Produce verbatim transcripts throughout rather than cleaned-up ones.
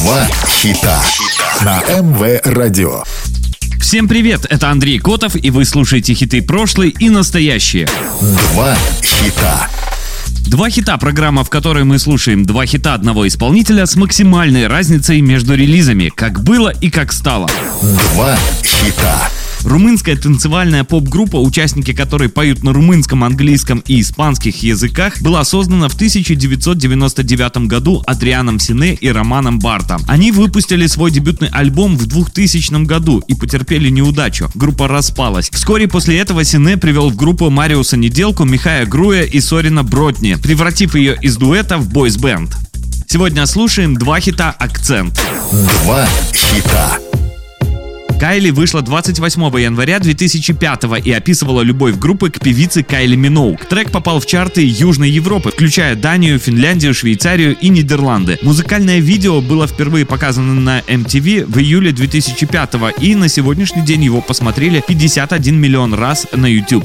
Два хита на эм вэ Радио. Всем привет, это Андрей Котов, и вы слушаете хиты прошлые и настоящие. Два хита. Два хита — программа, в которой мы слушаем два хита одного исполнителя с максимальной разницей между релизами, как было и как стало. Два хита. Румынская танцевальная поп-группа, участники которой поют на румынском, английском и испанских языках, была создана в тысяча девятьсот девяносто девятом году Адрианом Сине и Романом Барта. Они выпустили свой дебютный альбом в двухтысячном году и потерпели неудачу. Группа распалась. Вскоре после этого Сине привел в группу Мариуса Неделку, Михая Груя и Сорина Бродни, превратив ее из дуэта в бойс-бенд. Сегодня слушаем два хита «Акцент». Два хита. Кайли вышла двадцать восьмого января две тысячи пятого и описывала любовь группы к певице Кайли Миноуг. Трек попал в чарты Южной Европы, включая Данию, Финляндию, Швейцарию и Нидерланды. Музыкальное видео было впервые показано на эм ти ви в июле две тысячи пятого, и на сегодняшний день его посмотрели пятьдесят один миллион раз на YouTube.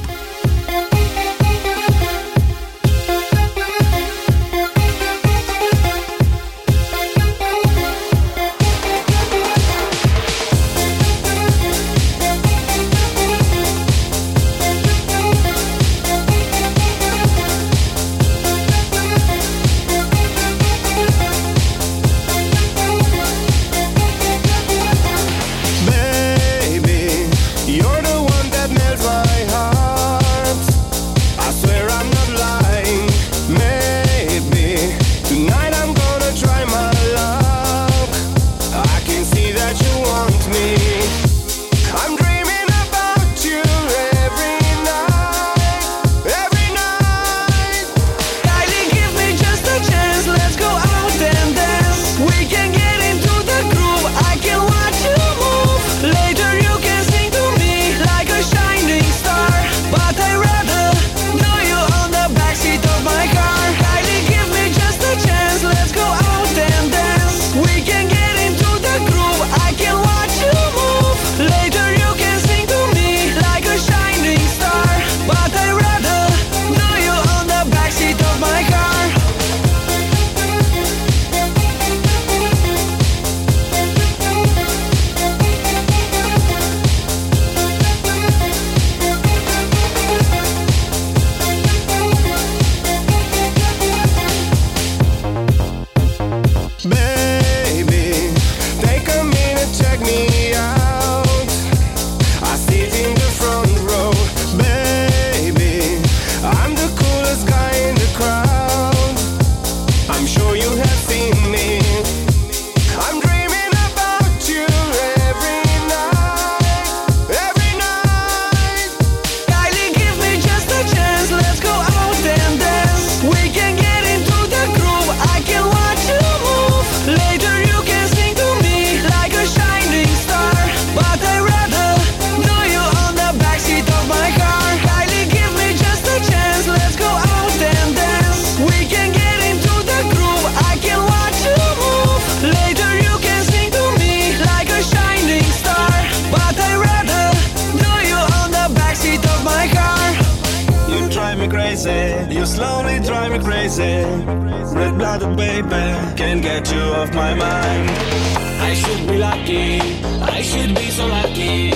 You slowly drive me crazy. Red-blooded baby, can't get you off my mind. I should be lucky, I should be so lucky.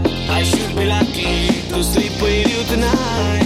I should be lucky to sleep with you tonight.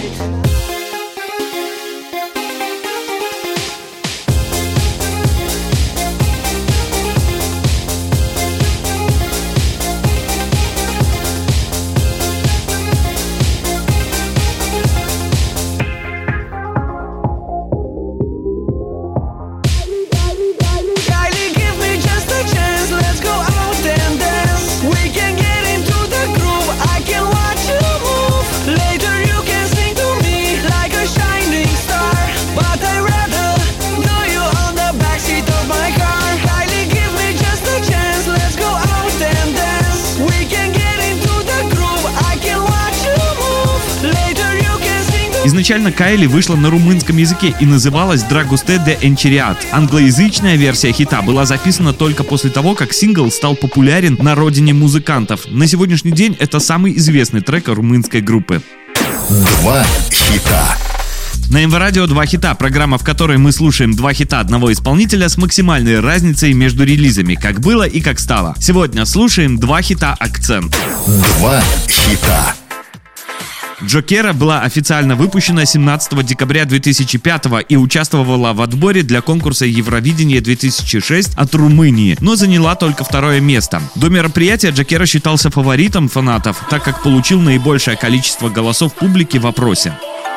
Изначально Кайли вышла на румынском языке и называлась «Драгосте де Enchiriat». Англоязычная версия хита была записана только после того, как сингл стал популярен на родине музыкантов. На сегодняшний день это самый известный трек румынской группы. Два хита. На эм вэ Радио два хита, программа, в которой мы слушаем два хита одного исполнителя с максимальной разницей между релизами, как было и как стало. Сегодня слушаем два хита «Акцент». Два хита. Джокера была официально выпущена семнадцатого декабря две тысячи пятого и участвовала в отборе для конкурса Евровидение две тысячи шесть от Румынии, но заняла только второе место. До мероприятия Джокера считался фаворитом фанатов, так как получил наибольшее количество голосов публики в опросе.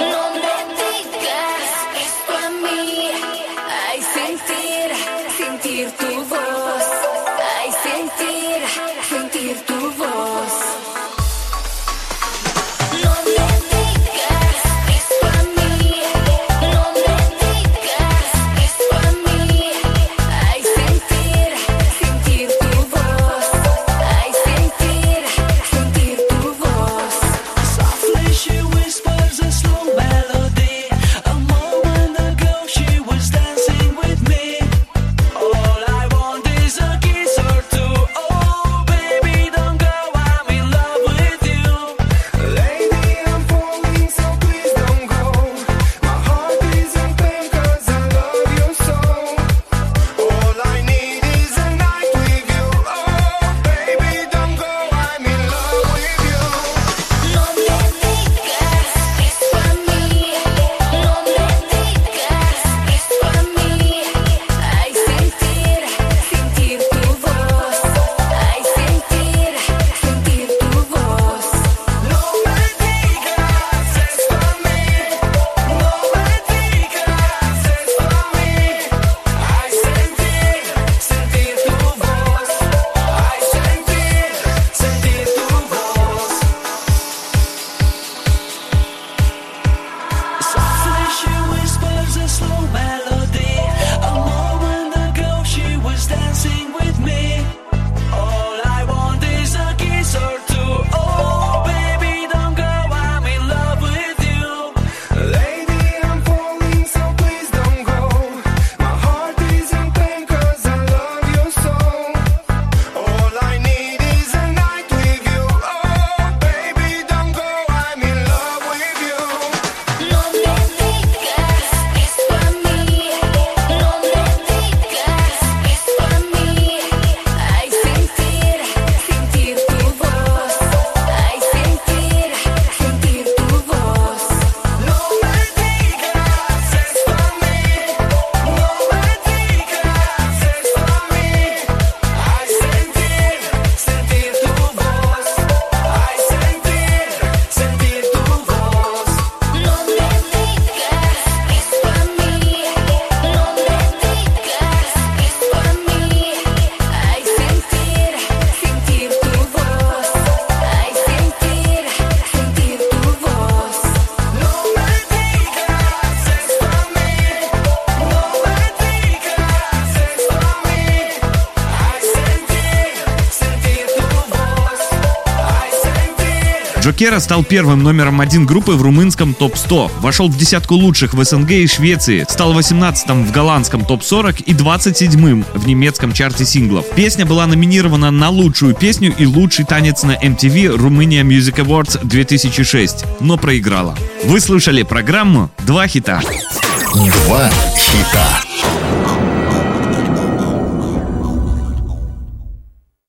Джокера стал первым номером один группы в румынском топ сто, вошел в десятку лучших в эс эн гэ и Швеции, стал восемнадцатым в голландском топ сорок и двадцать седьмым в немецком чарте синглов. Песня была номинирована на лучшую песню и лучший танец на эм ти ви Romania Music Awards две тысячи шесть, но проиграла. Вы слушали программу «Два хита». Два хита.